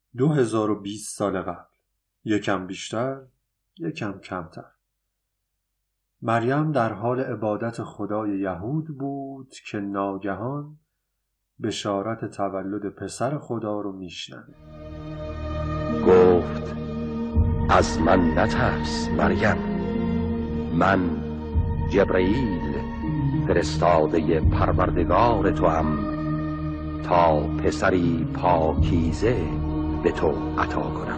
2020 سال قبل، یکم بیشتر یکم کمتر. مریم در حال عبادت خدای یهود بود که ناگهان بشارت تولد پسر خدا رو میشنوه. گفت از من نترس مریم، من جبرئیل فرستاده پروردگار تو هم تا پسری پاکیزه به تو عطا کنم.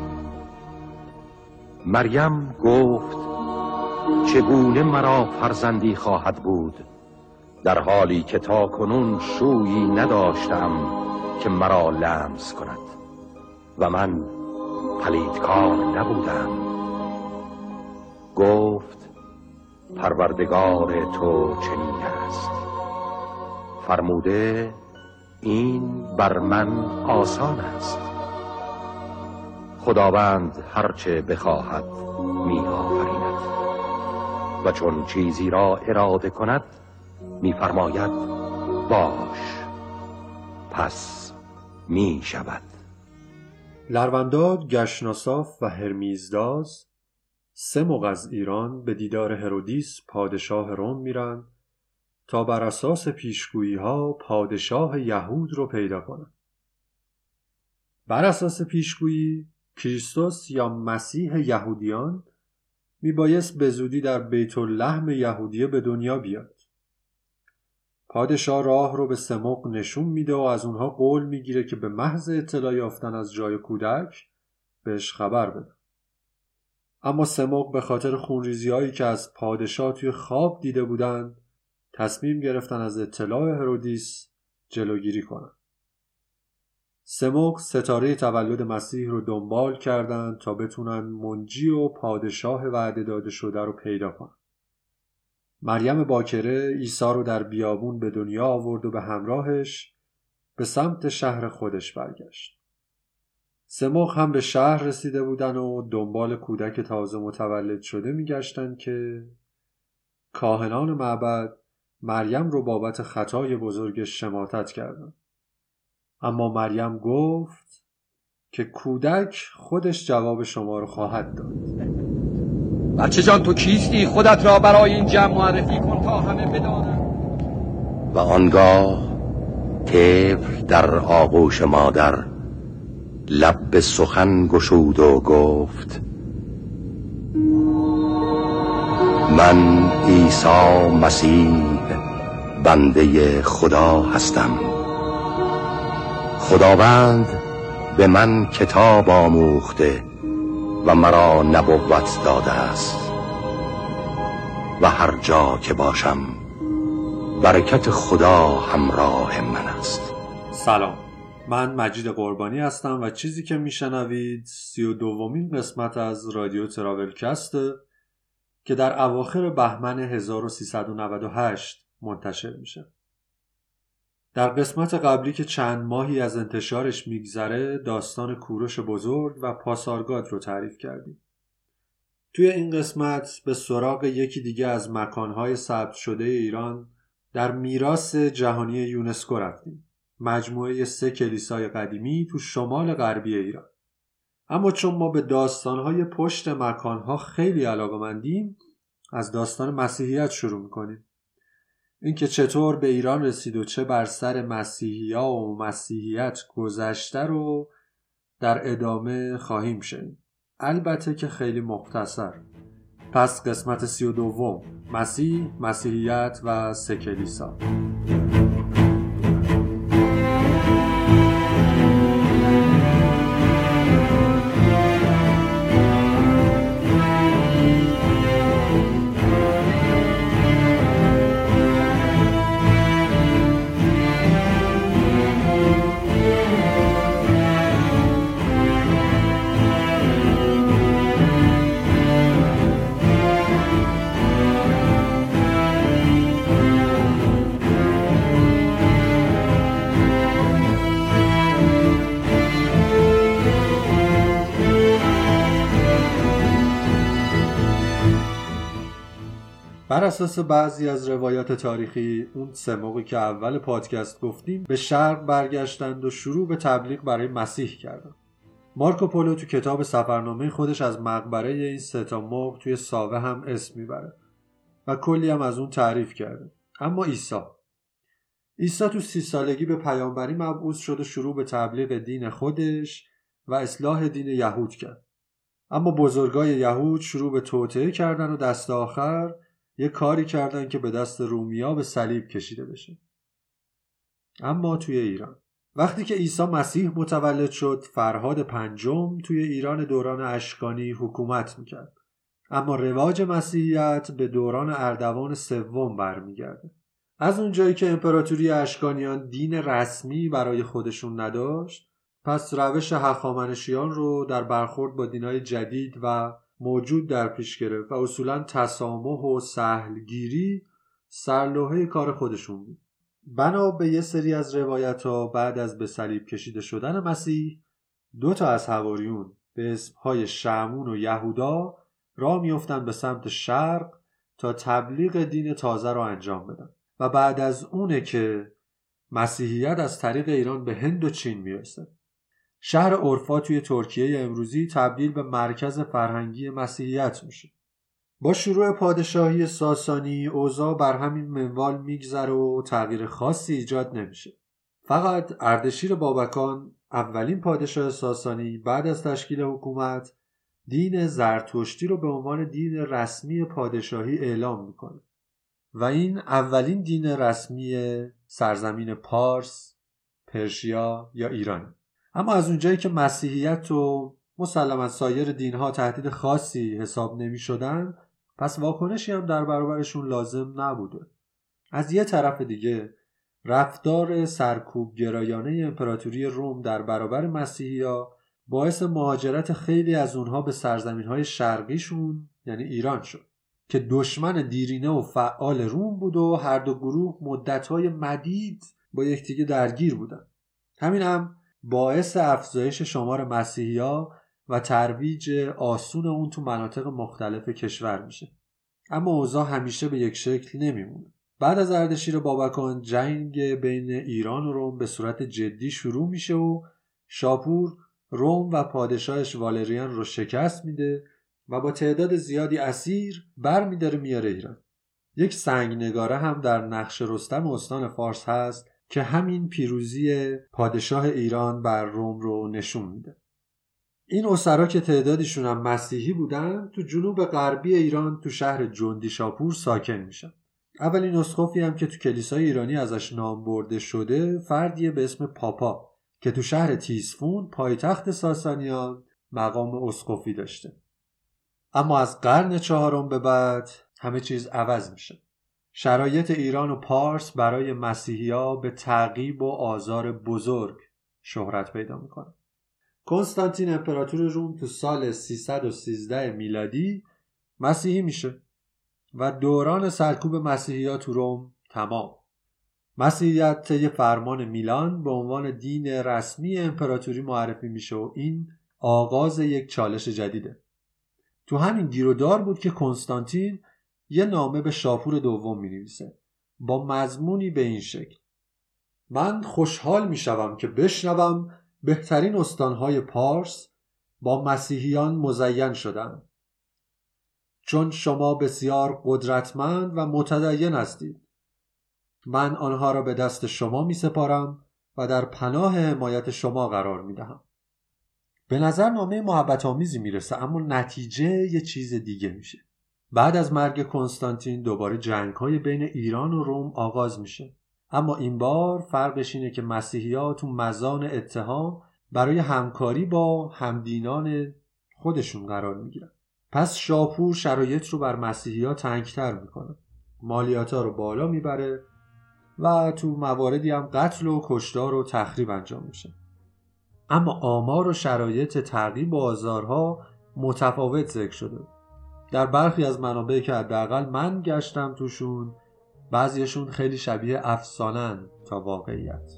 مریم گفت چگونه مرا فرزندی خواهد بود در حالی که تا کنون شویی نداشتم که مرا لمس کند و من پلیدکار نبودم. گفت پروردگار تو چنین است، فرموده این بر من آسان است. خداوند هرچه بخواهد می آفریند و چون چیزی را اراده کند می فرماید باش، پس می شود. لرونداد، گشناساف و هرمیزداز 3 مغ از ایران به دیدار هرودیس پادشاه روم میرن تا بر اساس پیشگویی ها پادشاه یهود رو پیدا کنن. بر اساس پیشگویی کریستوس یا مسیح یهودیان میبایست به زودی در بیت لحم یهودیه به دنیا بیاد. پادشاه راه رو به 3 مغ نشون میده و از اونها قول میگیره که به محض اطلاع یافتن از جای کودک بهش خبر بده. اما 3 مغ به خاطر خونریزی‌هایی که از پادشاه توی خواب دیده بودن تصمیم گرفتن از اطلاع هرودیس جلوگیری کنن. 3 مغ ستاره تولد مسیح رو دنبال کردن تا بتونن منجی و پادشاه وعده داده شده رو پیدا کنن. مریم باکره عیسی رو در بیابون به دنیا آورد و به همراهش به سمت شهر خودش برگشت. 3 مغ هم به شهر رسیده بودن و دنبال کودک تازه متولد شده میگشتن که کاهنان معبد مریم رو بابت خطای بزرگش شماتت کردن. اما مریم گفت که کودک خودش جواب شما رو خواهد داد. بچه جان تو کیستی؟ خودت را برای این جمع معرفی کن تا همه بدانند. و آنگاه طفل در آغوش مادر لب به سخن گشود و گفت من عیسی مسیح بنده خدا هستم. خداوند به من کتاب آموخته و مرا نبوت داده است و هر جا که باشم برکت خدا همراه من است. سلام، من مجید قربانی هستم و چیزی که میشنوید 32مین قسمت از رادیو تراولکسته که در اواخر بهمن 1398 منتشر میشه. در قسمت قبلی که چند ماهی از انتشارش میگذره داستان کوروش بزرگ و پاسارگاد رو تعریف کردیم. توی این قسمت به سراغ یکی دیگه از مکانهای ثبت شده ایران در میراث جهانی یونسکو رفتیم. مجموعه 3 کلیسای قدیمی تو شمال غربی ایران. اما چون ما به داستانهای پشت مکانها خیلی علاقه‌مندیم، از داستان مسیحیت شروع میکنیم. اینکه چطور به ایران رسید و چه بر سر مسیحی‌ها و مسیحیت گذشته رو در ادامه خواهیم شنید. البته که خیلی مختصر. پس قسمت 32 مسیح، مسیحیت و 3 کلیسا. بر اساس بعضی از روایات تاریخی اون 3 مغی که اول پادکست گفتیم به شرق برگشتند و شروع به تبلیغ برای مسیح کردند. مارکوپولو تو کتاب سفرنامه خودش از مقبره این 3 مرغ توی ساوه هم اسم میبره و کلی هم از اون تعریف کرده. اما عیسی تو 30 سالگی به پیامبری مبعوث شد و شروع به تبلیغ دین خودش و اصلاح دین یهود کرد. اما بزرگای یهود شروع به توطئه کردن و دست آخر یه کاری کردن که به دست رومیا به صلیب کشیده بشه. اما توی ایران وقتی که عیسی مسیح متولد شد، فرهاد پنجم توی ایران دوران اشکانی حکومت میکرد. اما رواج مسیحیت به دوران اردوان سوم برمیگرده. از اونجایی که امپراتوری اشکانیان دین رسمی برای خودشون نداشت، پس روش هخامنشیان رو در برخورد با دینای جدید و موجود در پیش گرفت و اصولاً تسامح و سهلگیری سرلوحه کار خودشون بود. بنا به یه سری از روایت‌ها بعد از به صلیب کشیده شدن مسیح، 2 از حواریون به اسمهای شمعون و یهودا راه میافتن به سمت شرق تا تبلیغ دین تازه رو انجام بدن و بعد از اونه که مسیحیت از طریق ایران به هند و چین میرسه. شهر اورفا توی ترکیه امروزی تبدیل به مرکز فرهنگی مسیحیت میشه. با شروع پادشاهی ساسانی اوضاع بر همین منوال میگذره و تغییر خاصی ایجاد نمیشه. فقط اردشیر بابکان، اولین پادشاه ساسانی، بعد از تشکیل حکومت دین زرتشتی رو به عنوان دین رسمی پادشاهی اعلام میکنه و این اولین دین رسمی سرزمین پارس، پرشیا یا ایران. اما از اونجایی که مسیحیت و مسلماً سایر دینها تهدید خاصی حساب نمی شدن، پس واکنشی هم در برابرشون لازم نبوده. از یه طرف دیگه رفتار سرکوب گرایانه امپراتوری روم در برابر مسیحی‌ها باعث مهاجرت خیلی از اونها به سرزمین‌های شرقیشون یعنی ایران شد که دشمن دیرینه و فعال روم بود و هر دو گروه مدت‌های مدید با یکدیگه درگیر بودن. همین هم باعث افزایش شمار مسیحی‌ها و ترویج آسون اون تو مناطق مختلف کشور میشه. اما اوضاع همیشه به یک شکل نمیمونه. بعد از اردشیر بابکان جنگ بین ایران و روم به صورت جدی شروع میشه و شاپور روم و پادشاهش والریان رو شکست میده و با تعداد زیادی اسیر برمی‌داره میاره ایران. یک سنگنگاره هم در نقش رستم استان فارس هست که همین پیروزی پادشاه ایران بر روم رو نشون میده. این اسرا که تعدادشون هم مسیحی بودن تو جنوب غربی ایران تو شهر جندی شاپور ساکن میشن. اولین اسقفی هم که تو کلیسای ایرانی ازش نام برده شده فردیه به اسم پاپا که تو شهر تیسفون پایتخت ساسانیان مقام اسقفی داشته. اما از قرن 4 به بعد همه چیز عوض میشه. شرایط ایران و پارس برای مسیحی‌ها به تعقیب و آزار بزرگ شهرت پیدا میکنه. کنستانتین امپراتور روم تو سال 313 میلادی مسیحی میشه و دوران سرکوب مسیحی‌ها تو روم تمام. مسیحیت طی فرمان میلان به عنوان دین رسمی امپراتوری معرفی میشه و این آغاز یک چالش جدیده. تو همین گیرودار بود که کنستانتین یه نامه به شاپور دوم می‌نویسه با مضمونی به این شکل: من خوشحال میشوم که بشنوم بهترین استانهای پارس با مسیحیان مزین شدند، چون شما بسیار قدرتمند و متدین هستید. من آنها را به دست شما می سپارم و در پناه حمایت شما قرار می دهم. به نظر نامه محبت آمیزی می رسه، اما نتیجه یه چیز دیگه میشه. بعد از مرگ کنستانتین دوباره جنگ‌های بین ایران و روم آغاز میشه. اما این بار فرقش اینه که مسیحی‌ها تو مزان اتهام برای همکاری با همدینان خودشون قرار میگیرن. پس شاپور شرایط رو بر مسیحی‌ها تنگ‌تر میکنه. مالیات‌ها رو بالا میبره و تو مواردی هم قتل و کشتار و تخریب انجام میشه. اما آمار و شرایط تعقیب و آزارها متفاوت ذکر شده. در برخی از منابع که حداقل من گشتم توشون بعضیشون خیلی شبیه افسانه‌اند تا واقعیت.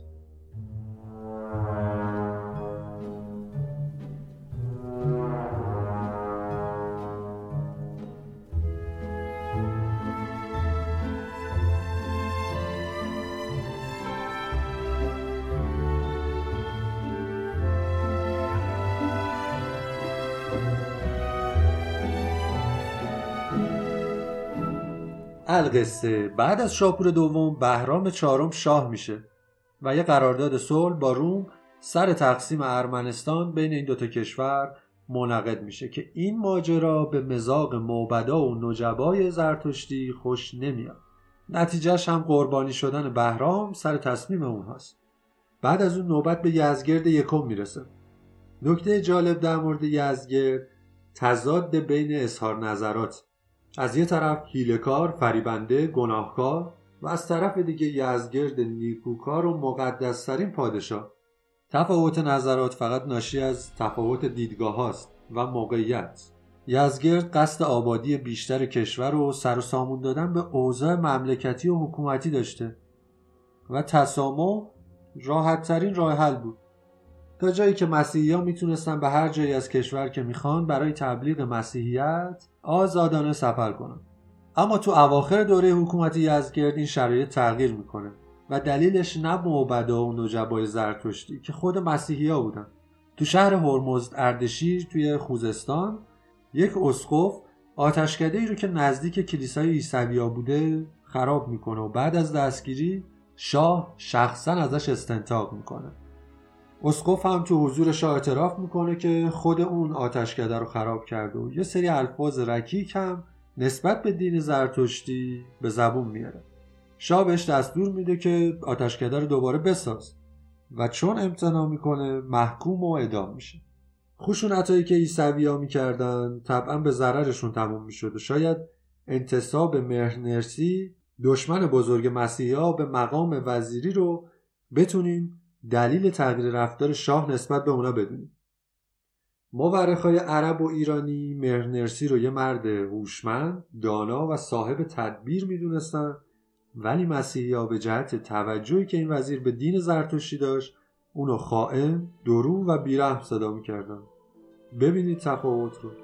القصه بعد از شاپور دوم بهرام چهارم شاه میشه و یه قرارداد صلح با روم سر تقسیم ارمنستان بین این دوتا کشور منعقد میشه که این ماجرا به مذاق موبدا و نجبای زرتشتی خوش نمیاد. نتیجهش هم قربانی شدن بهرام سر تصمیم اونهاست. بعد از اون نوبت به یزدگرد یکم میرسه. نکته جالب در مورد یزدگرد تضاد بین اظهار نظرات، از یه طرف حیله‌کار، فریبنده، گناهکار و از طرف دیگه یزدگرد نیکوکار و مقدس‌ترین پادشاه. تفاوت نظرات فقط ناشی از تفاوت دیدگاه هاست و موقعیت. یزدگرد قصد آبادی بیشتر کشور و سر و سامون دادن به اوضاع مملکتی و حکومتی داشته و تسامح راحت ترین راه حل بود، تا جایی که مسیحی‌ها میتونستن به هر جایی از کشور که میخوان برای تبلیغ مسیحیت آزادانه سفر کنن. اما تو اواخر دوره حکومت یزدگرد این شرایط تغییر میکنه و دلیلش نه موبدا و نجبای زرتشتی که خود مسیحی‌ها بودن. تو شهر هرمزد اردشیر توی خوزستان یک اسقف آتشکده‌ای رو که نزدیک کلیسای عیسوی‌ها بوده خراب میکنه و بعد از دستگیری شاه شخصا ازش استنتاق میکنه. اسقف هم تو حضور شاه اعتراف میکنه که خود اون آتشکده رو خراب کرده و یه سری الفاظ رکیک هم نسبت به دین زرتشتی به زبون میاره. شاه بهش دستور میده که آتشکده رو دوباره بساز و چون امتناع میکنه محکوم و اعدام میشه. خشونتایی که عیسوی‌ها میکردن طبعا به ضررشون تموم میشد و شاید انتساب مهرنرسی دشمن بزرگ مسیحی‌ها به مقام وزیری رو بتونیم دلیل تغییر رفتار شاه نسبت به اونا بدونیم. مورخای عرب و ایرانی مهرنرسی رو یه مرد هوشمند، دانا و صاحب تدبیر میدونستن، ولی مسیحی‌ها به جهت توجهی که این وزیر به دین زرتشتی داشت اونو خائن، درو و بیرحم صدا میکردن. ببینید تفاوت رو.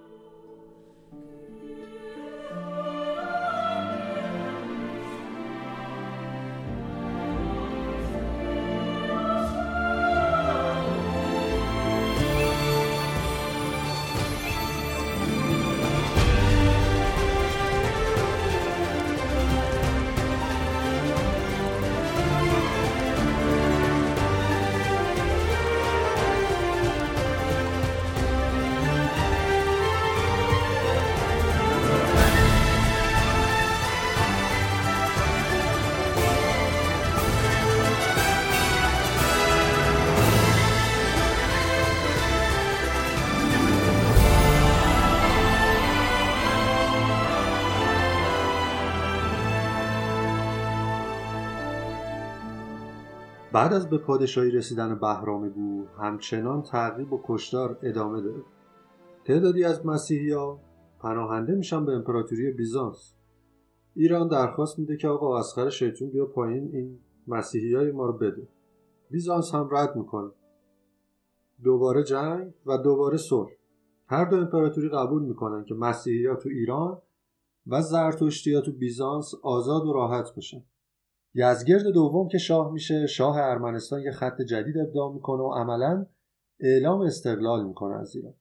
بعد از به پادشاهی رسیدن بهرام گور همچنان تعقیب و کشتار ادامه داره. تعدادی از مسیحی‌ها پناهنده میشن به امپراتوری بیزانس. ایران درخواست میده که آقا اسخر شیطون بیا پایین این مسیحیای ما رو بده. بیزانس هم رد میکنه. دوباره جنگ و دوباره صلح. هر دو امپراتوری قبول میکنن که مسیحی‌ها تو ایران و زرتشتی‌ها تو بیزانس آزاد و راحت بشن. یزدگرد دوم که شاه میشه، شاه ارمنستان یه خط جدید ابداع میکنه و عملاً اعلام استقلال میکنه از ایران.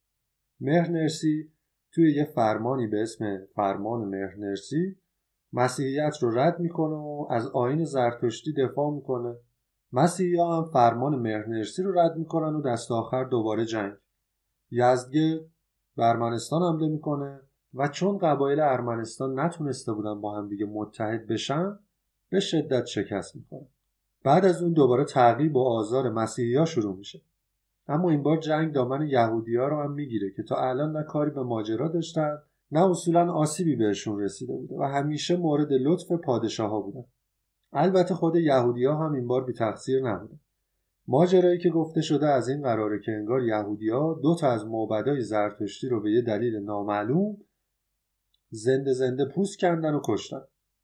مهرنرسی توی یه فرمانی به اسم فرمان مهرنرسی مسیحیت رو رد میکنه و از آیین زرتشتی دفاع میکنه. مسیحی‌ها هم فرمان مهرنرسی رو رد میکنن و دست آخر دوباره جنگ. یزدگرد به ارمنستان حمله میکنه و چون قبایل ارمنستان نتونسته بودن با هم دیگه متحد بشن به شدت شکست میخوره. بعد از اون دوباره تعقیب و آزار مسیحی‌ها شروع میشه. اما این بار جنگ دامن یهودی‌ها رو هم میگیره که تا الان نه کاری به ماجرا داشتن نه اصولاً آسیبی بهشون رسیده بوده و همیشه مورد لطف پادشاه‌ها بودن. البته خود یهودی‌ها هم این بار بی تقصیر نبودن. ماجرایی که گفته شده از این قراره که انگار یهودی‌ها دو تا از موبدای زرتشتی رو به یه دلیل نامعلوم زنده پوست کردن و کشتن.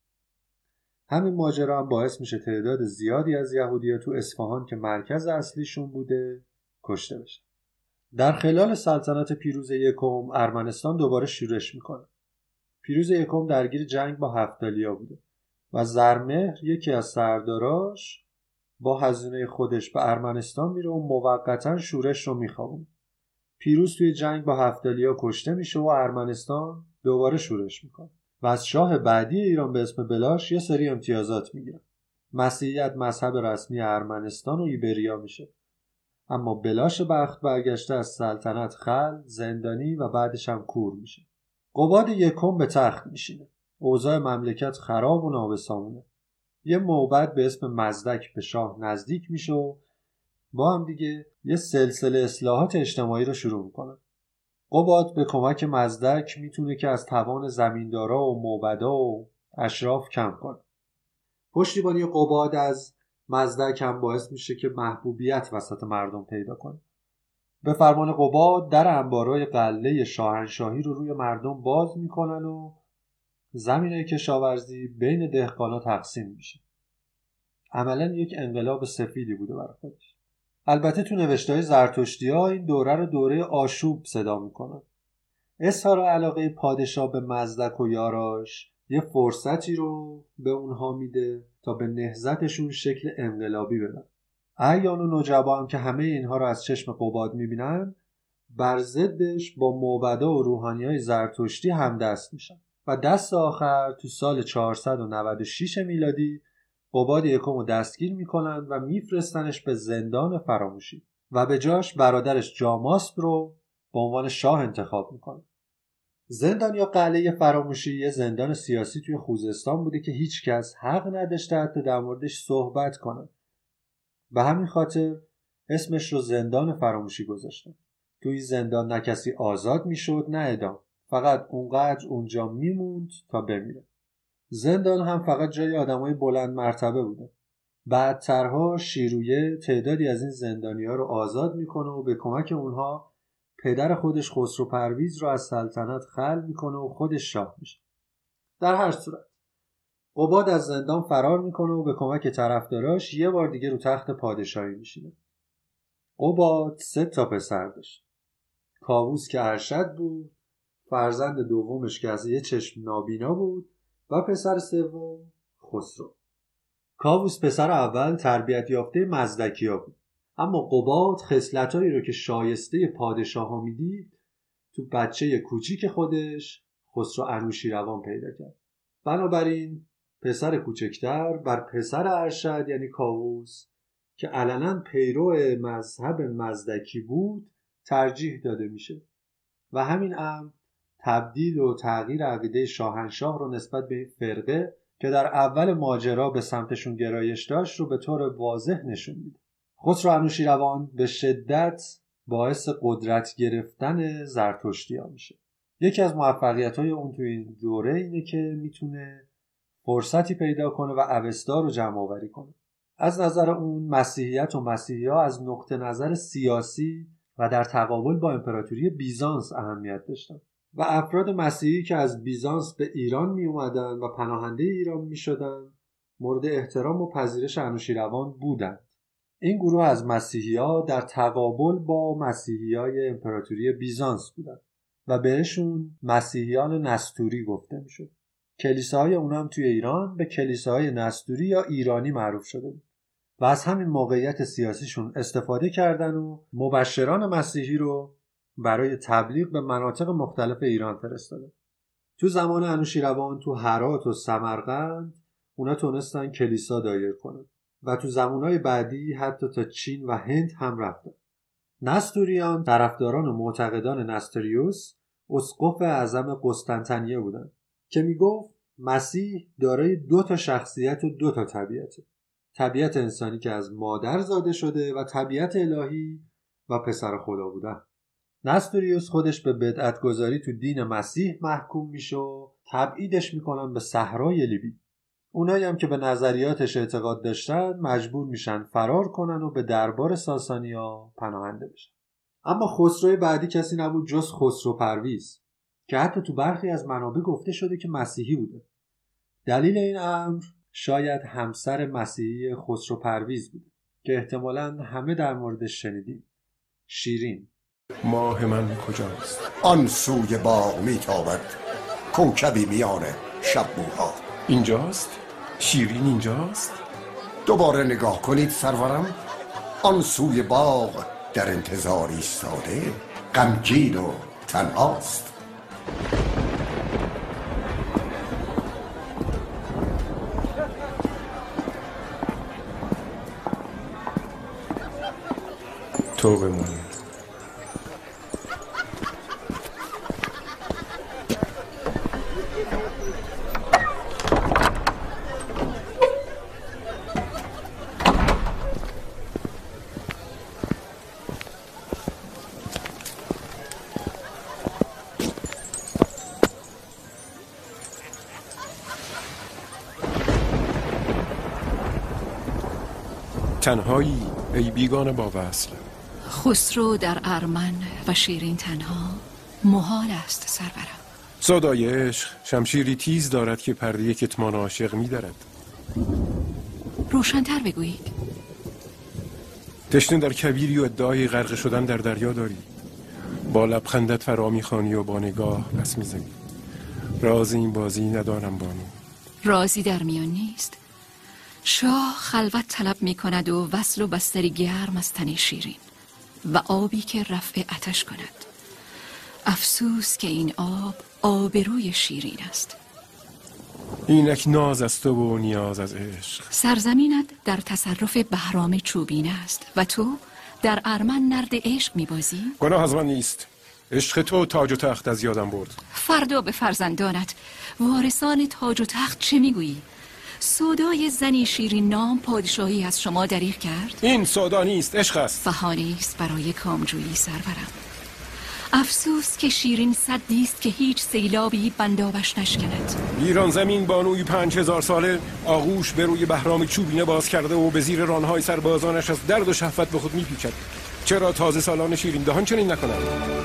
همین ماجرا هم باعث میشه تعداد زیادی از یهودی‌ها تو اصفهان که مرکز اصلیشون بوده کشته بشن. در خلال سلطنت پیروز یکم ارمنستان دوباره شورش میکنه. پیروز یکم درگیر جنگ با هفتالیا بوده و زرمهر یکی از سرداراش با هزینه خودش به ارمنستان میره و موقتا شورش رو میخوابونه. پیروز توی جنگ با هفتالیا کشته میشه و ارمنستان دوباره شورش میکنه. و از شاه بعدی ایران به اسم بلاش یه سری امتیازات میگیرن. مسیحیت مذهب رسمی ارمنستان و ایبریا میشه. اما بلاش بخت برگشته از سلطنت خل، زندانی و بعدش هم کور میشه. قباد یکم به تخت میشینه. اوضاع مملکت خراب و نابسامونه. یه موبد به اسم مزدک به شاه نزدیک میشه و با هم دیگه یه سلسله اصلاحات اجتماعی رو شروع میکنن. قباد به کمک مزدک میتونه که از توان زمیندارا و موبدا و اشراف کم کنه. پشتیبانی قباد از مزدک هم باعث میشه که محبوبیت وسط مردم پیدا کنه. به فرمان قباد در انبارای قلعه شاهنشاهی رو روی مردم باز میکنن و زمینه کشاورزی بین دهقانا تقسیم میشه. عملاً یک انقلاب سفیدی بوده برای خودش. البته تو نوشته‌های زرتشتی‌ها این دوره رو دوره آشوب صدا میکنن. اظهار علاقه پادشاه به مزدک و یاراش یه فرصتی رو به اونها میده تا به نهضتشون شکل انقلابی بدن. اعیان و نجبا هم که همه اینها رو از چشم قباد میبینن، بر ضدش با موبدا و روحانیای زرتشتی همدست میشن و دست آخر تو سال 496 میلادی قباد یکم رو دستگیر میکنن و میفرستنش به زندان فراموشی و به جاش برادرش جاماسب رو به عنوان شاه انتخاب میکنن. زندان یا قلعه فراموشی یه زندان سیاسی توی خوزستان بوده که هیچ کس حق نداشته حتی در موردش صحبت کنه. به همین خاطر اسمش رو زندان فراموشی گذاشتن. توی این زندان نه کسی آزاد میشد نه اعدام. فقط اونقدر اونجا میموند تا بمیره. زندان هم فقط جای آدمای بلند مرتبه بوده. بعدترها شیرویه تعدادی از این زندانی‌ها رو آزاد میکنه و به کمک اونها پدر خودش خسرو پرویز رو از سلطنت خلع میکنه و خودش شاه میشه. در هر صورت قباد از زندان فرار میکنه و به کمک طرفداراش یه بار دیگه رو تخت پادشاهی میشینه. قباد 3 پسر داشت. کاووس که ارشد بود، فرزند دومش که از یه چشم نابینا بود و پسر سوم خسرو. کاووس پسر اول تربیت یافته مزدکیا بود، اما قباد خصلتایی رو که شایسته پادشاه ها میدید تو بچه کوچیک خودش خسرو انوشیروان پیدا کرد. بنابراین پسر کوچکتر بر پسر ارشد یعنی کاووس که علنا پیرو مذهب مزدکی بود ترجیح داده میشه و همین امر تبدیل و تغییر عقیده شاهنشاه رو نسبت به این فرقه که در اول ماجرا به سمتشون گرایش داشت رو به طور واضح نشون میده. خسرو انوشیروان به شدت باعث قدرت گرفتن زرتشتی‌ها میشه. یکی از موفقیت‌های اون تو این دوره اینه که میتونه فرصتی پیدا کنه و اوستا رو جمع آوری کنه. از نظر اون مسیحیت و مسیحی‌ها از نقطه نظر سیاسی و در تقابل با امپراتوری بیزانس اهمیت داشتن و افراد مسیحی که از بیزانس به ایران می اومدن و پناهنده ایران می شدن مورد احترام و پذیرش انوشیروان بودند. این گروه از مسیحی‌ها در تقابل با مسیحی‌های امپراتوری بیزانس بودند و بهشون مسیحیان نستوری گفته می شد. کلیساهای اونا هم توی ایران به کلیساهای نستوری یا ایرانی معروف شده بود و از همین موقعیت سیاسیشون استفاده کردن و مبشران مسیحی رو برای تبلیغ به مناطق مختلف ایران فرستادن. تو زمان انوشیروان تو هرات و سمرقند اونا تونستن کلیسا دایر کنن و تو زمانهای بعدی حتی تا چین و هند هم رفتن. نستوریان طرفداران و معتقدان نستوریوس اسقف اعظم قسطنطنیه بودن که میگفت مسیح دارای 2 شخصیت و 2 طبیعته. طبیعت انسانی که از مادر زاده شده و طبیعت الهی و پسر خدا بودن. نستوریوس خودش به بدعت گذاری تو دین مسیح محکوم میشه و تبعیدش میکنن به صحرای لیبی. اونایی هم که به نظریاتش اعتقاد داشتن مجبور میشن فرار کنن و به دربار ساسانیا پناهنده بشن. اما خسروی بعدی کسی نبود جز خسرو پرویز که حتی تو برخی از منابع گفته شده که مسیحی بوده. دلیل این امر شاید همسر مسیحی خسرو پرویز بوده که احتمالاً همه در موردش شنیدیم. شیرین. ماه من کجاست؟ آن سوی باغ میتابد کوکبی میانه شب‌بوها. اینجاست؟ شیرین اینجاست؟ دوباره نگاه کنید سرورم. آن سوی باغ در انتظار ایستاده غمگین و تنهاست. تو بمونی. تنهایی ای بیگانه با وصل. خسرو در ارمن و شیرین تنها، محال است سرورم. سودای عشق شمشیری تیز دارد که پرده کتمان عاشق می دارد. روشن‌تر بگویید. تشنه در کبیری و ادعای غرق شدن در دریا داری. با لبخندت فرا می‌خوانی و با نگاه پس می‌زنی. راز این بازی ندارم بانو. رازی در میان نیست. شاه خلوت طلب می کند و وصل و بستری گرم از تن شیرین و آبی که رفع آتش کند. افسوس که این آب آبروی شیرین است. اینک ناز از تو و نیاز از عشق. سرزمینت در تصرف بهرام چوبین است و تو در ارمن نرد عشق می بازی؟ گناه از من نیست. عشق تو تاج و تخت از یادم برد. فردا به فرزندانت وارثان تاج و تخت چه می گویی؟ سودای زنی شیرین نام پادشاهی از شما دریغ کرد؟ این سودا نیست، عشق است. بهانه است برای کامجویی سرورم. افسوس که شیرین سدی است که هیچ سیلابی بندابش نشکند. ایران زمین بانوی 5000 ساله آغوش به روی بهرام چوبینه باز کرده و به زیر رانهای سربازانش از درد و شهوت به خود میپیچد. چرا تازه سالان شیرین دهان چنین نکنند؟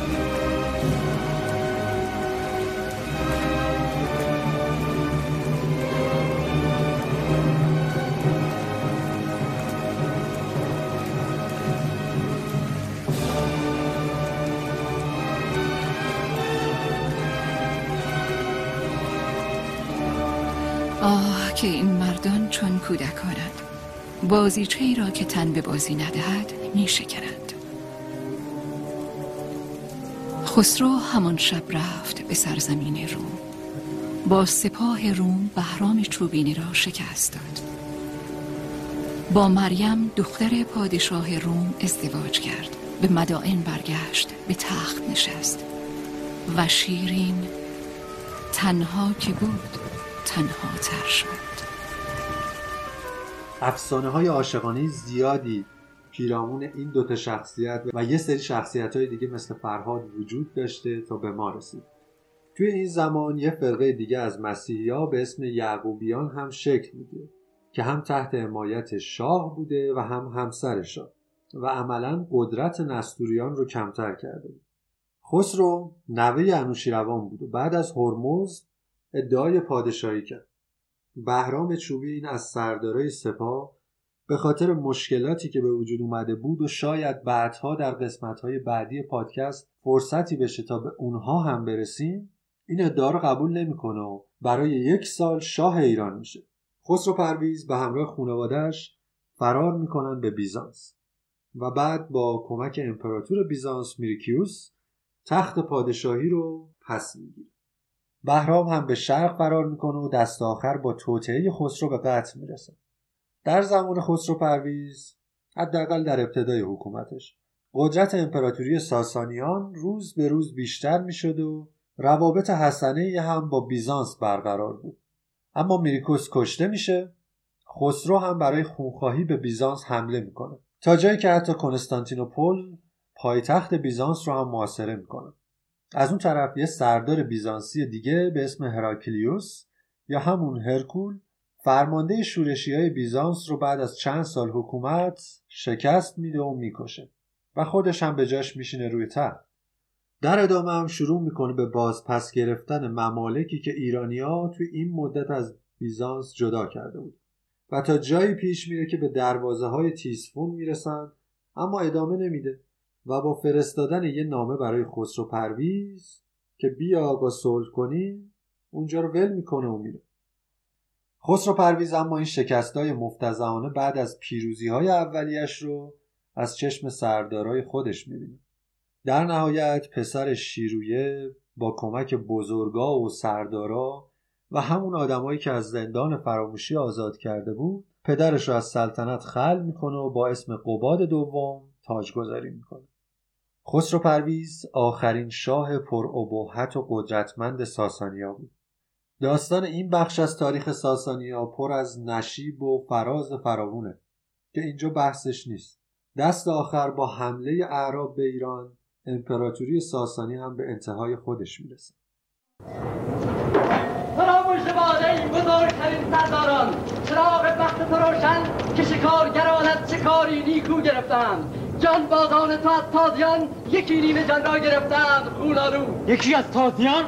آه که این مردان چون کودکانند، بازیچه ای را که تن به بازی ندهد می شکنند. خسرو همان شب رفت به سرزمین روم. با سپاه روم بهرام چوبینی را شکست داد. با مریم دختر پادشاه روم ازدواج کرد. به مدائن برگشت، به تخت نشست و شیرین تنها که بود تنها تر شد. افسانه‌های عاشقانه زیادی پیرامون این دوتا شخصیت و یه سری شخصیت‌های دیگه مثل فرهاد وجود داشته تا به ما رسید. توی این زمان یه فرقه دیگه از مسیحی‌ها به اسم یعقوبیان هم شکل میگیره که هم تحت حمایت شاه بوده و هم همسر شاه و عملاً قدرت نستوریان رو کمتر کرده بود. خسرو نوه انوشیروان بود و بعد از هرمز ادعای پادشاهی کرد. بهرام چوبین از سردارای سپاه به خاطر مشکلاتی که به وجود اومده بود و شاید بعدها در قسمت‌های بعدی پادکست فرصتی بشه تا به اونها هم برسیم، این ادعا رو قبول نمی‌کنه و برای 1 سال شاه ایران میشه. خسرو پرویز به همراه خانواده‌اش فرار میکنن به بیزانس و بعد با کمک امپراتور بیزانس میریکیوس تخت پادشاهی رو پس میگیره. بهرام هم به شرق فرار میکنه و دست آخر با توطئه خسرو به قتل میرسه. در زمان خسرو پرویز، حداقل در ابتدای حکومتش، قدرت امپراتوری ساسانیان روز به روز بیشتر میشد و روابط حسنه‌ای هم با بیزانس برقرار بود. اما میریکوس کشته میشه، خسرو هم برای خونخواهی به بیزانس حمله میکنه تا جایی که حتی کنستانتینوپل پایتخت بیزانس رو هم محاصره میکنه. از اون طرف یه سردار بیزانسی دیگه به اسم هراکلیوس یا همون هرکول فرمانده شورشی‌های بیزانس رو بعد از چند سال حکومت شکست میده و میکشه و خودش هم به جاش میشینه روی تخت. در ادامه هم شروع میکنه به بازپس گرفتن ممالکی که ایرانی‌ها توی این مدت از بیزانس جدا کرده بود و تا جایی پیش میره که به دروازه‌های تیسفون میرسن، اما ادامه نمیده و با فرستادن یه نامه برای خسرو پرویز که بیا آقا صلح کنیم اونجا رو ول میکنه و میره. خسرو پرویز اما این شکستای مفتضحانه بعد از پیروزی‌های اولیش رو از چشم سردارای خودش میبینه. در نهایت پسر شیرویه با کمک بزرگا و سردارا و همون آدمایی که از زندان فراموشی آزاد کرده بود پدرش رو از سلطنت خلع میکنه و با اسم قباد دوم تاجگذاری میکنه. خسرو پرویز آخرین شاه پرابهت و قدرتمند ساسانیا بود. داستان این بخش از تاریخ ساسانیا پر از نشیب و فراز فراوونه که اینجا بحثش نیست. دست آخر با حمله اعراب به ایران، امپراتوری ساسانی هم به انتهای خودش میرسه. فراموش باده این بزرگترین سرداران، چراغ بخت تو روشن که شکارگرانت شکاری نیکو گرفتند. جان بازان تو از تازیان یکی نیمه جان را گرفتند خونالو. یکی از تازیان؟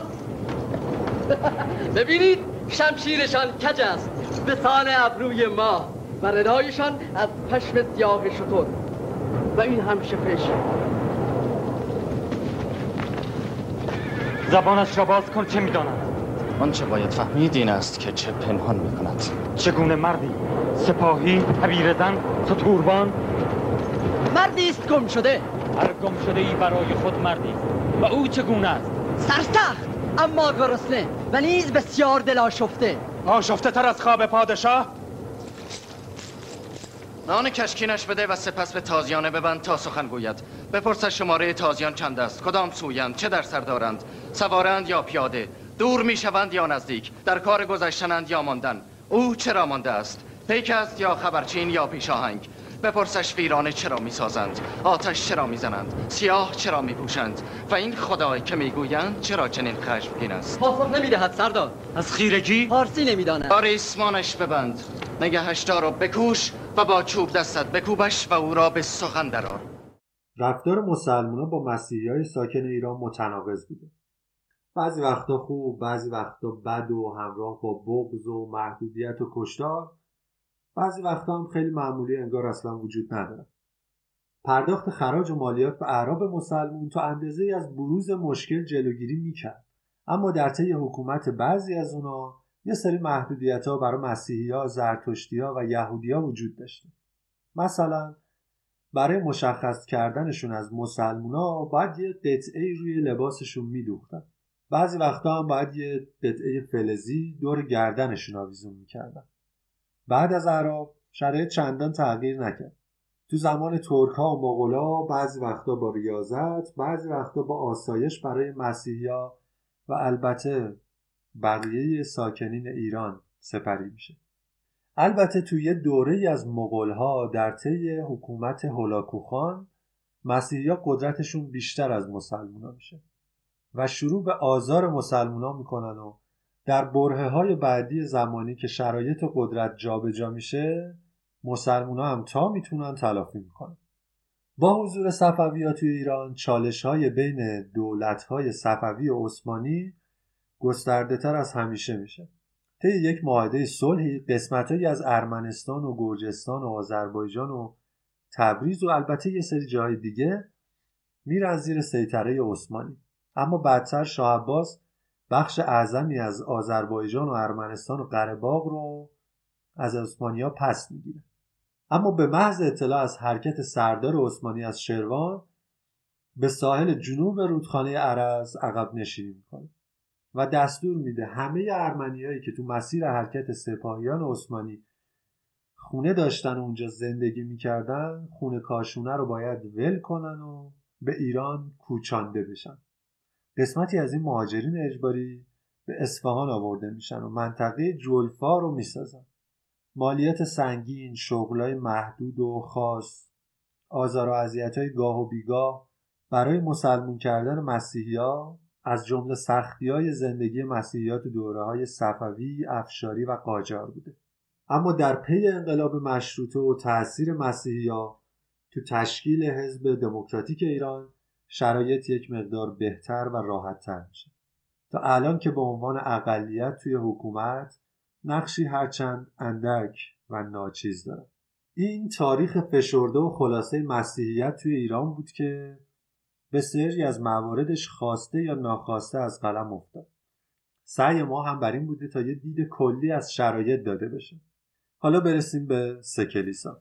ببینید شمشیرشان کج است به سان ابروی ماه و ردایشان از پشم سیاه شتر و این هم شپش. زبانش را باز کن، چه می‌داند؟ آنچه باید فهمید این است که چه پنهان می‌کند. چگونه مردی؟ سپاهی؟ تبیرزن؟ ستوربان؟ مردی است گم شده. هر گم شده ای برای خود مردی. و او چگونه است؟ سرسخت اما گرسنه و نیز بسیار دل آشفته. آشفته تر از خواب پادشاه؟ نان کشکینش بده و سپس به تازیانه ببند تا سخن گوید. بپرس شماره تازیان چند است، کدام سویند، چه در سر دارند، سوارند یا پیاده، دور میشوند یا نزدیک، در کار گذشتنند یا ماندن. او چرا مانده است؟ پیک است یا خبرچین یا پیشاهنگ؟ بپرسش ویرانه چرا میسازند، آتش چرا میزنند، سیاه چرا میپوشند و این خدای که میگویند چرا چنین خشمگین است؟ پاسخ نمیدهد سردار. از خیرگی؟ فارسی نمیداند. ریسمانش ببند، نگهش دار و بکوش و با چوب دستت بکوبش و او را به سخن درآر. رفتار مسلمان‌ها با مسیحی‌های ساکن ایران متناقض بوده. بعضی وقتا خوب، بعضی وقتا بد و همراه با بغض و محدودیت و کشتار، بعضی وقتا هم خیلی معمولی انگار اصلا وجود نداره. پرداخت خراج و مالیات به اعراب مسلمون تا اندازه‌ای از بروز مشکل جلوگیری میکرد، اما در طی حکومت بعضی از اونا یه سری محدودیت‌ها برای مسیحی‌ها، زرتشتی‌ها و یهودی‌ها وجود داشته. مثلا برای مشخص کردنشون از مسلمونا باید یه قطعه‌ای روی لباسشون میدوختن. بعضی وقتا هم باید یه قطعه فلزی دور گردنشون آویزون میکردن. بعد از اعراب شرایط چندان تغییر نکرد. تو زمان ترک‌ها و مغول‌ها بعضی وقتا با ریاضت، بعضی وقتا با آسایش برای مسیحی‌ها و البته بقیه ساکنین ایران سپری میشه. البته توی یه دوره‌ای از مغول‌ها در طی حکومت هولاکو خان مسیحی‌ها قدرتشون بیشتر از مسلمونا میشه و شروع به آزار مسلمونا میکنن و در برهه‌های بعدی زمانی که شرایط قدرت جابجا میشه مسلمونا هم تا میتونن تلافی میکنن. با حضور صفوی‌ها توی ایران چالش‌های بین دولت‌های صفوی و عثمانی گسترده‌تر از همیشه میشه. طی یک معاهده صلحی قسمت‌هایی از ارمنستان و گرجستان و آذربایجان و تبریز و البته یه سری جاهای دیگه میرن زیر سیطره عثمانی. اما بعدتر شاه عباس بخش اعظمی از آذربایجان و ارمنستان و قره‌باغ رو از عثمانی‌ها پس میگیره. اما به محض اطلاع از حرکت سردار عثمانی از شروان به ساحل جنوب رودخانه ارز عقب نشینی میکنه و دستور میده همه ارمنیایی که تو مسیر حرکت سپاهیان عثمانی خونه داشتن و اونجا زندگی میکردن خونه کاشونه رو باید ول کنن و به ایران کوچانده بشن. قسمتی از این مهاجرین اجباری به اصفهان آورده میشن و منطقه جلفا رو میسازن. مالیات سنگین، شغلای محدود و خاص، آزار و اذیت‌های گاه و بیگاه برای مسلمون کردن مسیحی‌ها از جمله سختی‌های زندگی مسیحی‌ها تو دوره‌های صفوی، افشاری و قاجار بوده. اما در پی انقلاب مشروطه و تأثیر مسیحی‌ها تو تشکیل حزب دموکراتیک ایران شرایط یک مقدار بهتر و راحت‌تر میشه. تا الان که به عنوان اقلیت توی حکومت نقشی هرچند اندک و ناچیز داره. این تاریخ فشرده و خلاصه مسیحیت توی ایران بود که به سری از مواردش خواسته یا ناخواسته از قلم افتاد. سعی ما هم بر این بوده تا یه دید کلی از شرایط داده بشه. حالا برسیم به سه کلیسا.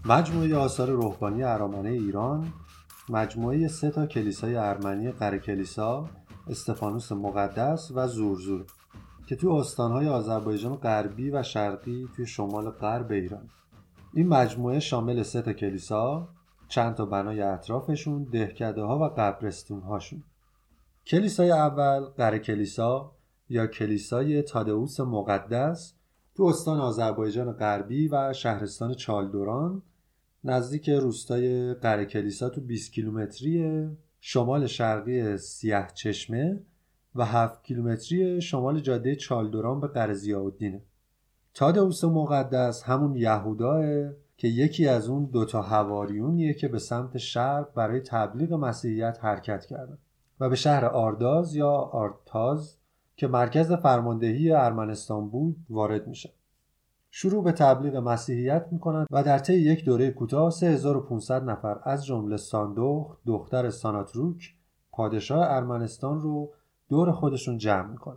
مجموعه آثار روحانی ارامنه ایران مجموعه 3 کلیسای ارمنی قره کلیسا، استفانوس مقدس و زورزور که توی استانهای آذربایجان غربی و شرقی توی شمال غرب ایران. این مجموعه شامل 3 کلیسا، چند تا بنای اطرافشون، دهکده ها و قبرستون هاشون. کلیسای اول قره کلیسا یا کلیسای تادئوس مقدس تو استان آذربایجان غربی و شهرستان چالدوران نزدیک روستای قره کلیسا تو 20 کیلومتری شمال شرقی سیه چشمه و 7 کیلومتری شمال جاده چالدوران به قره ضیاءالدینه. تادئوس مقدس همون یهوداه که یکی از اون 2 حواریونیه که به سمت شرق برای تبلیغ مسیحیت حرکت کردن و به شهر آرداز یا آرتاز که مرکز فرماندهی ارمنستان بود وارد میشه. شروع به تبلیغ مسیحیت میکنند و در طی یک دوره کوتاه 3500 نفر از جمله ساندوخ دختر ساناتروک پادشاه ارمنستان رو دور خودشون جمع میکنه.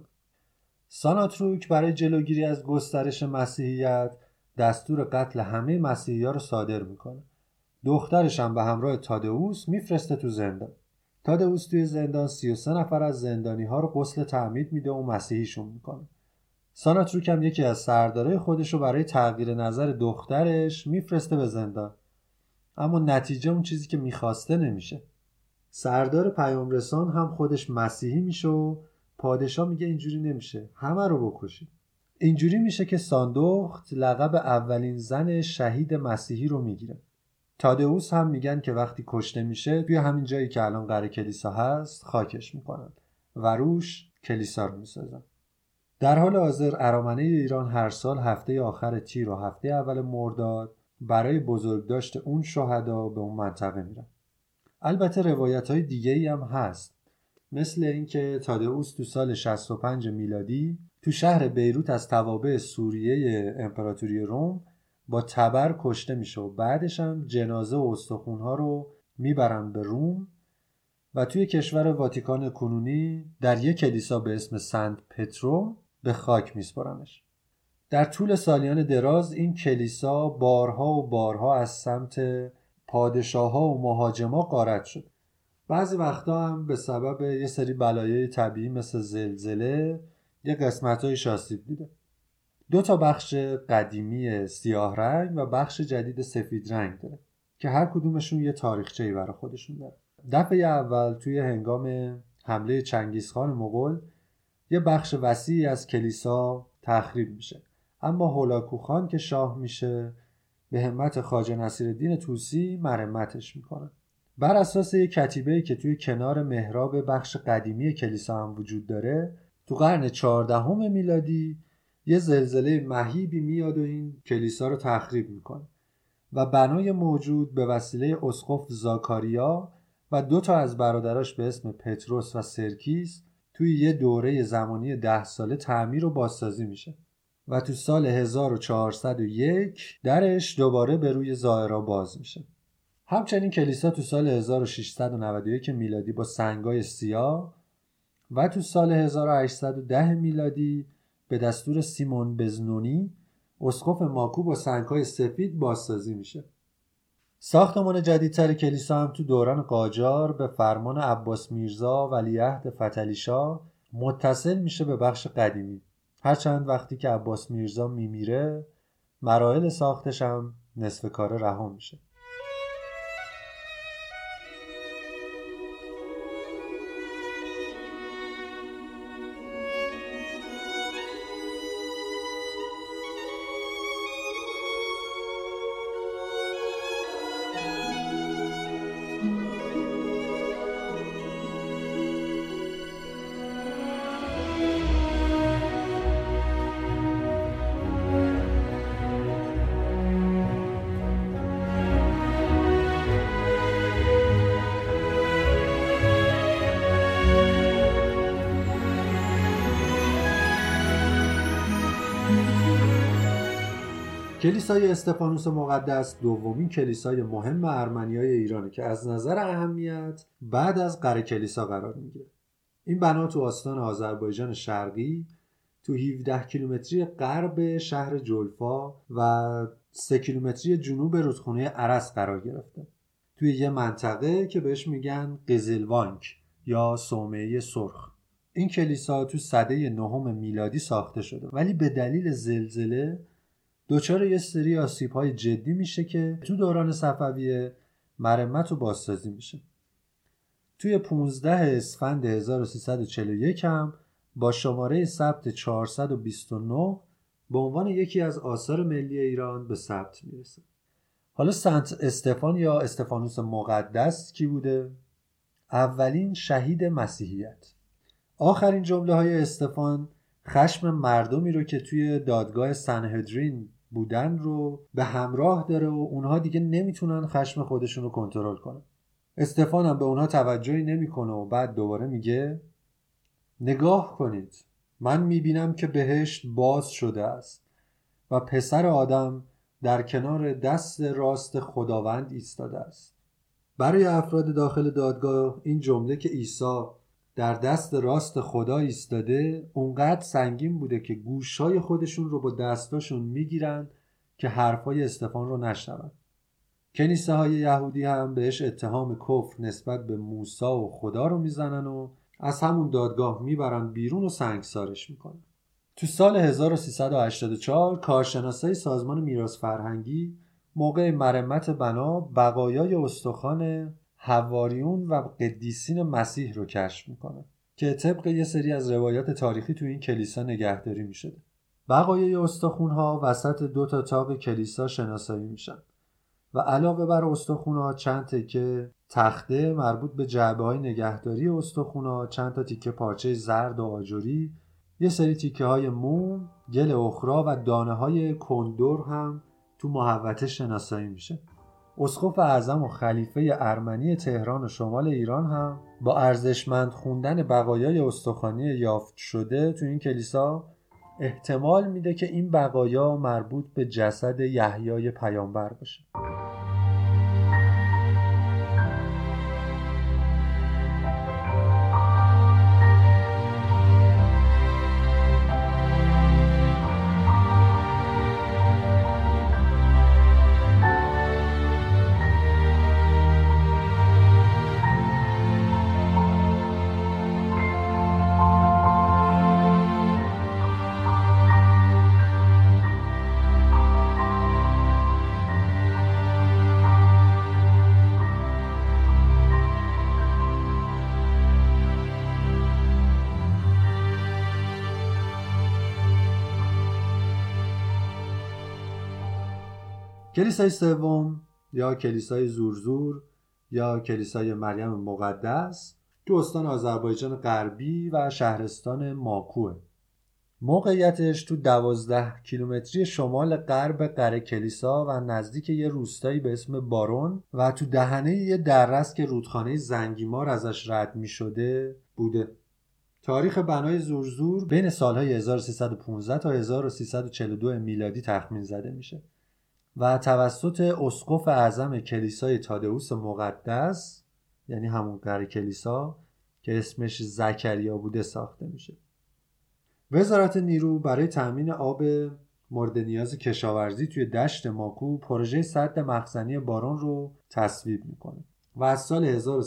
ساناتروک برای جلوگیری از گسترش مسیحیت دستور قتل همه مسیحی‌ها رو صادر میکنه. دخترش هم به همراه تادئوس میفرسته تو زندان. تادئوس توی زندان 33 نفر از زندانی‌ها رو غسل تعمید میده و مسیحیشون میکنه. ساناتروک هم یکی از سردارای خودش رو برای تغییر نظر دخترش میفرسته به زندان. اما نتیجه اون چیزی که میخواسته نمیشه. سردار پیامرسان هم خودش مسیحی میشه و پادشاه میگه اینجوری نمیشه، همه رو بکشید. اینجوری میشه که ساندوخت لقب اولین زن شهید مسیحی رو میگیره. تادئوس هم میگن که وقتی کشته میشه توی همین جایی که الان قره کلیسا هست خاکش میکنن و روش کلیسا رو میسازن. در حال حاضر ارامنه ایران هر سال هفته آخر تیر و هفته اول مرداد برای بزرگداشت اون شهدا به اون منطقه میرن. البته روایت‌های دیگه‌ای هم هست، مثل اینکه تادئوس تو سال 65 میلادی تو شهر بیروت از توابع سوریه امپراتوری روم با تبر کشته میشه و بعدش هم جنازه و استخون‌ها رو میبرن به روم و توی کشور واتیکان کنونی در یک کلیسا به اسم سنت پترو به خاک میسپرنش. در طول سالیان دراز این کلیسا بارها و بارها از سمت پادشاه‌ها و مهاجما غارت شد. بعضی وقتا هم به سبب یه سری بلایای طبیعی مثل زلزله یه قسمت‌هایش آسیب دیده. 2 بخش قدیمی سیاه رنگ و بخش جدید سفید رنگ داره که هر کدومشون یه تاریخچه‌ای برای خودشون داره. دفعه اول توی هنگام حمله چنگیزخان مغول یه بخش وسیعی از کلیسا تخریب میشه، اما هولاکو خان که شاه میشه به همت خواجه نصیرالدین طوسی مرمتش میکنه. بر اساس یک کتیبه‌ای که توی کنار محراب بخش قدیمی کلیسا هم وجود داره، تو قرن 14 میلادی یه زلزله مهیبی میاد و این کلیسا رو تخریب میکنه و بنای موجود به وسیله اسقف زاکاریا و 2 از برادراش به اسم پتروس و سرکیس توی یه دوره زمانی 10 ساله تعمیر و بازسازی میشه و تو سال 1401 درش دوباره به روی زائرا باز میشه. همچنین کلیسا تو سال 1691 میلادی با سنگای سیاه و تو سال 1810 میلادی به دستور سیمون بزنونی اسقف ماکو با سنگ‌های سفید بازسازی میشه. ساختمان جدیدتر کلیسا هم تو دوران قاجار به فرمان عباس میرزا ولیعهد فتحعلی شاه متصل میشه به بخش قدیمی. هرچند وقتی که عباس میرزا میمیره مراحل ساختش هم نصف کاره رها میشه. کلیسای استفانوس مقدس دومین کلیسای مهم ارمنیای ایرانه که از نظر اهمیت بعد از قره کلیسا قرار میگیره. این بنا تو استان آذربایجان شرقی تو 17 کیلومتری غرب شهر جلفا و 3 کیلومتری جنوب رودخونه ارس قرار گرفته، توی یه منطقه که بهش میگن قزلوانک یا صومعه سرخ. این کلیسا تو سده 9 میلادی ساخته شده، ولی به دلیل زلزله دچار یه سری آسیب‌های جدی میشه که تو دوران صفویه مرمت و بازسازی میشه. توی 15 اسفند 1341 هم با شماره ثبت 429 به عنوان یکی از آثار ملی ایران به ثبت میرسه. حالا سنت استفان یا استفانوس مقدس کی بوده؟ اولین شهید مسیحیت. آخرین جمله های استفان خشم مردمی رو که توی دادگاه سنهدرین بودن رو به همراه داره و اونها دیگه نمیتونن خشم خودشون رو کنترل کنن. استفان هم به اونها توجهی نمیکنه و بعد دوباره میگه نگاه کنید، من میبینم که بهشت باز شده است و پسر آدم در کنار دست راست خداوند ایستاده است. برای افراد داخل دادگاه این جمله که عیسی در دست راست خدا ایستاده اونقدر سنگین بوده که گوشای خودشون رو با دستاشون میگیرن که حرفای استفان رو نشنون. کنیسه‌های یهودی هم بهش اتهام کفر نسبت به موسی و خدا رو میزنن و از همون دادگاه میبرن بیرون و سنگسارش میکنن. تو سال 1384 کارشناسای سازمان میراث فرهنگی موقع مرمت بنا بقایای استخوان حواریون و قدیسین مسیح رو کشف میکنن که طبق یه سری از روایات تاریخی تو این کلیسا نگهداری میشده. بقایای استخوان‌ها وسط 2 طاق کلیسا شناسایی میشن و علاوه بر استخوان‌ها چند تکه تخته مربوط به جعبه‌های نگهداری استخوان‌ها، چند تا تیکه پارچه زرد و آجوری، یه سری تیکه‌های موم، گل اخرا و دانه‌های کندر هم تو محوطه شناسایی میشه. اسقف اعظم و خلیفه ارمنی تهران و شمال ایران هم با ارزشمند خوندن بقایای استخوانی یافت شده تو این کلیسا احتمال میده که این بقایا مربوط به جسد یحیای پیامبر باشه. کلیسای سوم یا کلیسای زورزور یا کلیسای مریم مقدس تو استان آذربایجان غربی و شهرستان ماکوه. موقعیتش تو 12 کیلومتری شمال غرب قره کلیسا و نزدیک یه روستایی به اسم بارون و تو دهنه یه دره‌ست که رودخانه زنگیمار ازش رد می شده بوده. تاریخ بنای زورزور بین سالهای 1315 تا 1342 میلادی تخمین زده میشه و توسط اسقف اعظم کلیسای تادئوس مقدس، یعنی همون قره کلیسا که اسمش زکریا بوده، ساخته میشه. وزارت نیرو برای تامین آب مورد نیاز کشاورزی توی دشت ماکو پروژه سد مخزنی بارون رو تصویب میکنه و از سال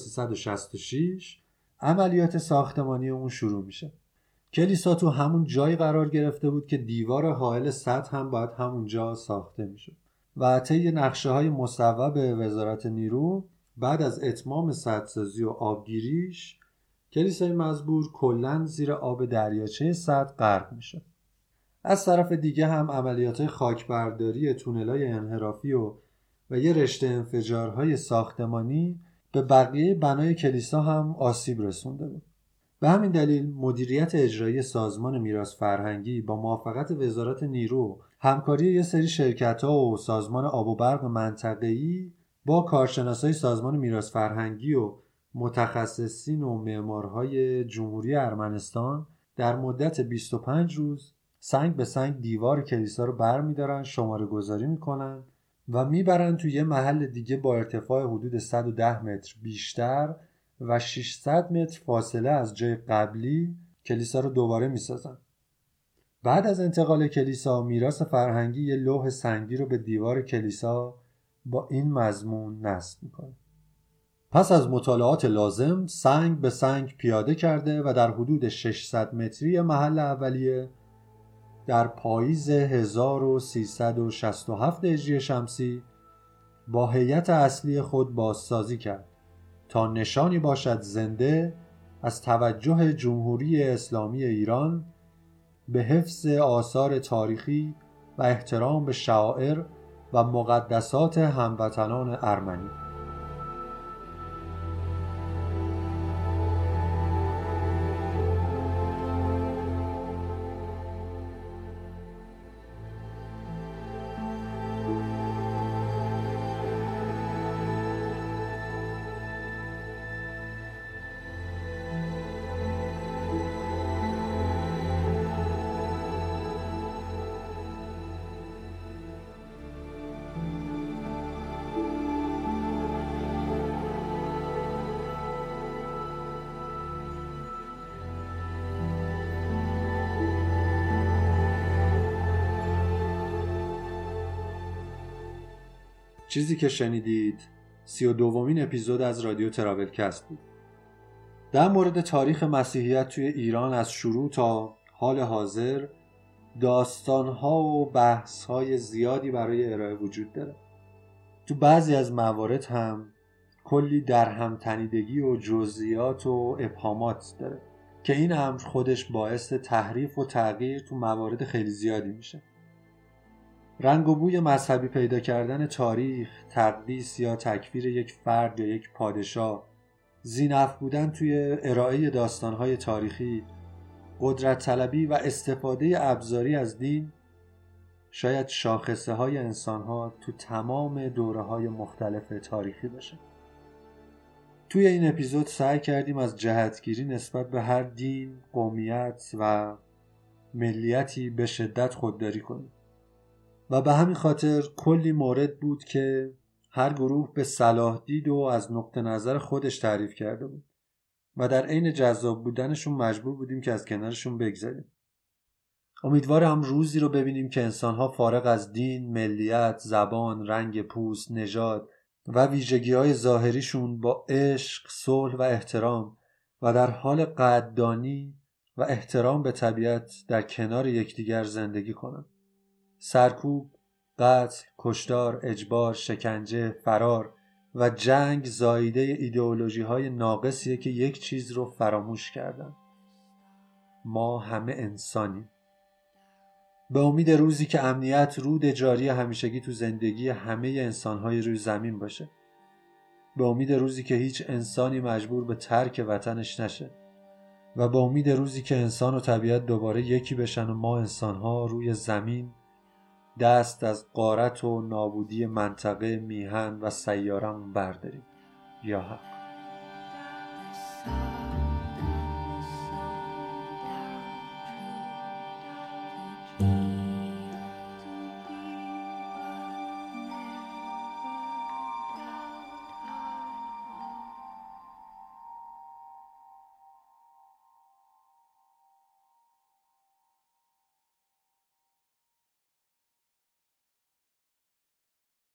1366 عملیات ساختمانی اون شروع میشه. کلیسا تو همون جایی قرار گرفته بود که دیوار حائل سد هم باید همونجا ساخته میشه و طی نقشه‌های مصوب وزارت نیرو بعد از اتمام سدسازی و آبگیریش کلیسای مزبور کلاً زیر آب دریاچه سد غرق میشه. از طرف دیگه هم عملیات خاکبرداری تونل‌های انحرافی و یه رشته انفجارهای ساختمانی به بقیه بنای کلیسا هم آسیب رسونده بود. به همین دلیل مدیریت اجرایی سازمان میراث فرهنگی با موافقت وزارت نیرو، همکاری یه سری شرکت‌ها و سازمان آب و برق منطقه‌ای با کارشناسای سازمان میراث فرهنگی و متخصصین و معمارهای جمهوری ارمنستان در مدت 25 روز سنگ به سنگ دیوار کلیسا رو برمی‌دارن، شماره گذاری میکنن و میبرن توی یه محل دیگه با ارتفاع حدود 110 متر بیشتر و 600 متر فاصله از جای قبلی کلیسا رو دوباره میسازن. بعد از انتقال کلیسا، میراث فرهنگی یه لوح سنگی رو به دیوار کلیسا با این مضمون نصب میکنه: پس از مطالعات لازم سنگ به سنگ پیاده کرده و در حدود 600 متری محل اولیه در پاییز 1367 هجری شمسی با هیئت اصلی خود بازسازی کرد تا نشانی باشد زنده از توجه جمهوری اسلامی ایران به حفظ آثار تاریخی و احترام به شعائر و مقدسات هموطنان ارمنی. چیزی که شنیدید 32مین اپیزود از رادیو تراولکست بود. در مورد تاریخ مسیحیت توی ایران از شروع تا حال حاضر داستان‌ها و بحث‌های زیادی برای ارائه وجود داره. تو بعضی از موارد هم کلی درهم تنیدگی و جزئیات و ابهامات داره که این امر خودش باعث تحریف و تغییر تو موارد خیلی زیادی میشه. رنگ و بوی مذهبی پیدا کردن تاریخ، تقدیس یا تکفیر یک فرد یا یک پادشاه، ذی‌نفع بودن توی ارائه داستان‌های تاریخی، قدرت طلبی و استفاده ابزاری از دین شاید شاخصه‌های انسان‌ها تو تمام دوره‌های مختلف تاریخی باشه. توی این اپیزود سعی کردیم از جهتگیری نسبت به هر دین، قومیت و ملیتی به شدت خودداری کنیم و به همین خاطر کلی مورد بود که هر گروه به صلاح دید و از نقطه نظر خودش تعریف کرده بود و در عین جذاب بودنشون مجبور بودیم که از کنارشون بگذریم. امیدوارم روزی رو ببینیم که انسان‌ها فارغ از دین، ملیت، زبان، رنگ پوست، نژاد و ویژگی‌های ظاهریشون با عشق، صلح و احترام و در حال قدردانی و احترام به طبیعت در کنار یکدیگر زندگی کنند. سرکوب، قتل، کشتار، اجبار، شکنجه، فرار و جنگ زاییده ایدئولوژی‌های ناقصیه که یک چیز رو فراموش کردن: ما همه انسانیم. به امید روزی که امنیت رود جاری همیشگی تو زندگی همه انسان‌های روی زمین باشه. به امید روزی که هیچ انسانی مجبور به ترک وطنش نشه و به امید روزی که انسان و طبیعت دوباره یکی بشن و ما انسان‌ها روی زمین دست از غارت و نابودی منطقه، میهن و سیاره‌مون برداریم. یا حق.